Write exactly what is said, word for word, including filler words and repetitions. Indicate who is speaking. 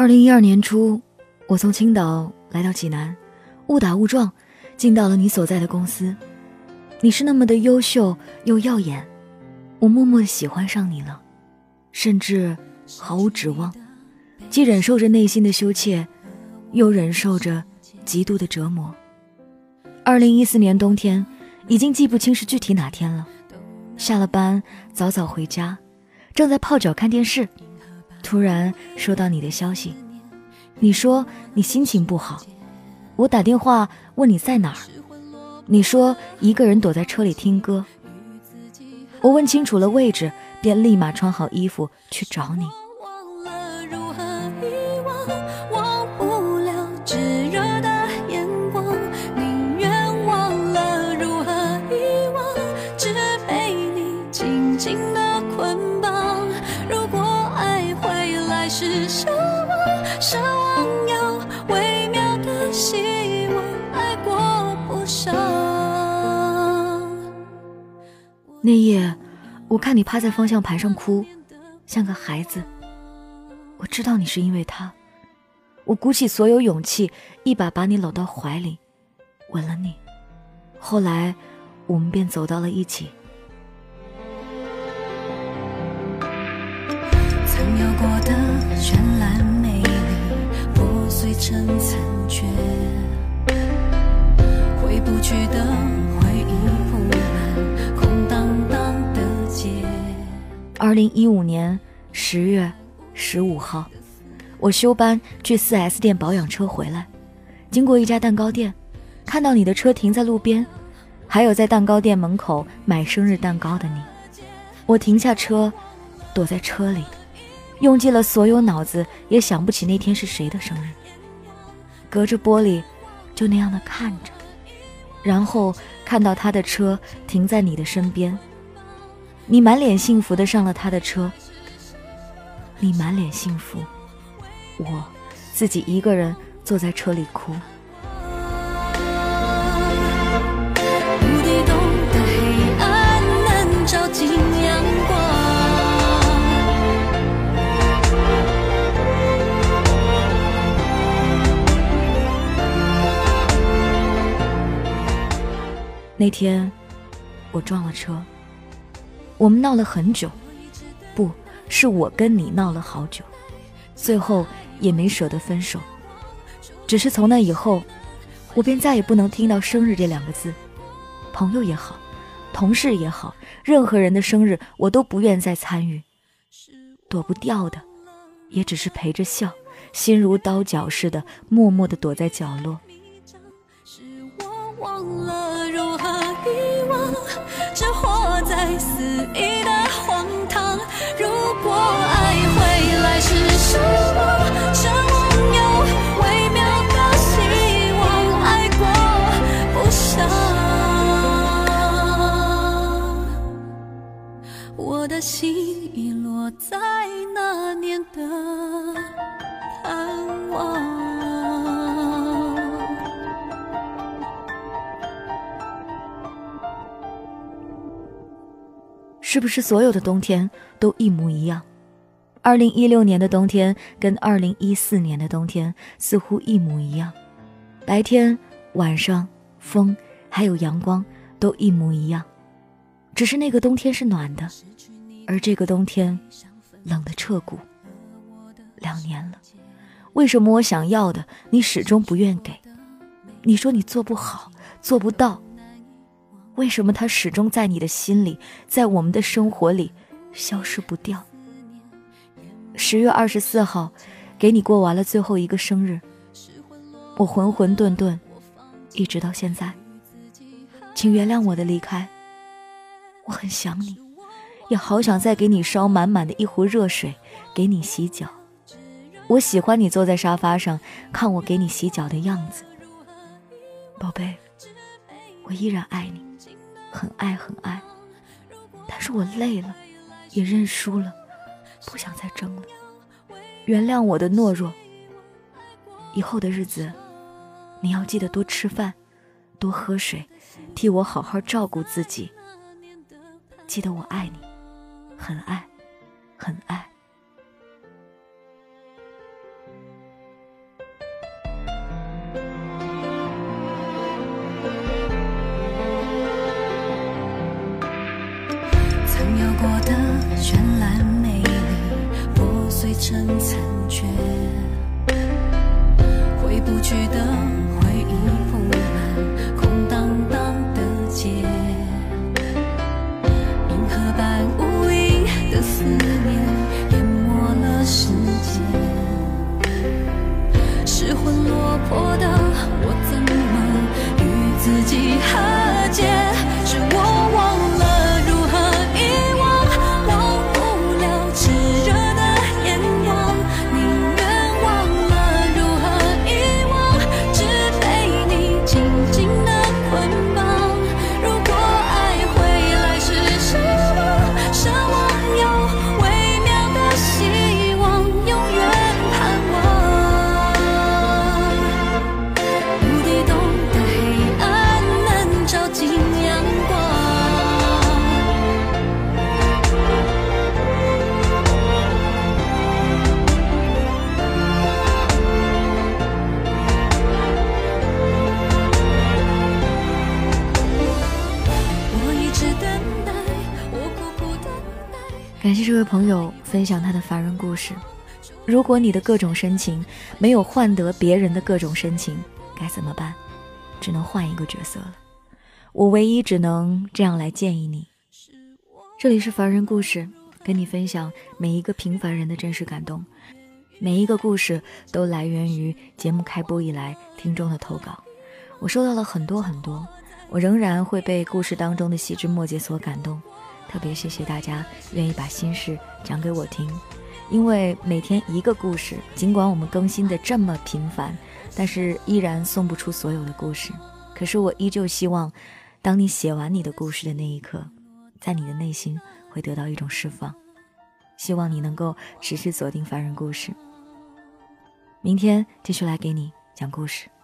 Speaker 1: 二零一二年初，我从青岛来到济南，误打误撞进到了你所在的公司。你是那么的优秀又耀眼，我默默地喜欢上你了，甚至毫无指望，既忍受着内心的羞怯，又忍受着极度的折磨。二零一四年冬天，已经记不清是具体哪天了，下了班早早回家，正在泡脚看电视，突然收到你的消息，你说你心情不好，我打电话问你在哪儿，你说一个人躲在车里听歌。我问清楚了位置，便立马穿好衣服去找你。
Speaker 2: 是奢望，奢望有微妙的希望，爱过不伤。
Speaker 1: 那夜，我看你趴在方向盘上哭，像个孩子。我知道你是因为他，我鼓起所有勇气，一把把你搂到怀里，吻了你。后来，我们便走到了一起。
Speaker 2: 曾有过的绚烂美丽，破碎成残缺，回不去的回忆铺满空荡荡的街。
Speaker 1: 二零一五年十月十五号，我休班去 四 S 店保养车回来，经过一家蛋糕店，看到你的车停在路边，还有在蛋糕店门口买生日蛋糕的你。我停下车，躲在车里，用尽了所有脑子，也想不起那天是谁的生日。隔着玻璃就那样的看着，然后看到他的车停在你的身边，你满脸幸福地上了他的车。你满脸幸福，我自己一个人坐在车里哭。
Speaker 2: 无底洞的黑暗能照进阳光，
Speaker 1: 那天我撞了车，我们闹了很久，不是我跟你闹了好久，最后也没舍得分手。只是从那以后，我便再也不能听到生日这两个字。朋友也好，同事也好，任何人的生日我都不愿再参与。躲不掉的也只是陪着笑，心如刀绞似的默默地躲在角落。
Speaker 2: 是我忘了如何遗忘，只活在肆意的荒唐。如果爱回来是奢望，奢望有微妙的希望，爱过不伤。我的心已落在那年的盼望。
Speaker 1: 是不是所有的冬天都一模一样？二零一六年的冬天跟二零一四年的冬天似乎一模一样，白天、晚上、风还有阳光都一模一样，只是那个冬天是暖的，而这个冬天冷得彻骨。两年了，为什么我想要的你始终不愿给？你说你做不好，做不到，为什么它始终在你的心里，在我们的生活里消失不掉？十月二十四号，给你过完了最后一个生日，我浑浑沌沌，一直到现在。请原谅我的离开，我很想你，也好想再给你烧满满的一壶热水，给你洗脚。我喜欢你坐在沙发上看我给你洗脚的样子。宝贝，我依然爱你，很爱很爱，但是我累了，也认输了，不想再争了。原谅我的懦弱，以后的日子你要记得多吃饭，多喝水，替我好好照顾自己。记得我爱你，很爱很爱。 朋友分享他的凡人故事，如果你的各种深情没有换得别人的各种深情，该怎么办？只能换一个角色了。我唯一只能这样来建议你。这里是凡人故事，跟你分享每一个平凡人的真实感动。每一个故事都来源于节目开播以来听众的投稿，我收到了很多很多，我仍然会被故事当中的细枝末节所感动。特别谢谢大家愿意把心事讲给我听，因为每天一个故事，尽管我们更新的这么频繁，但是依然送不出所有的故事。可是我依旧希望，当你写完你的故事的那一刻，在你的内心会得到一种释放。希望你能够持续锁定凡人故事，明天继续来给你讲故事。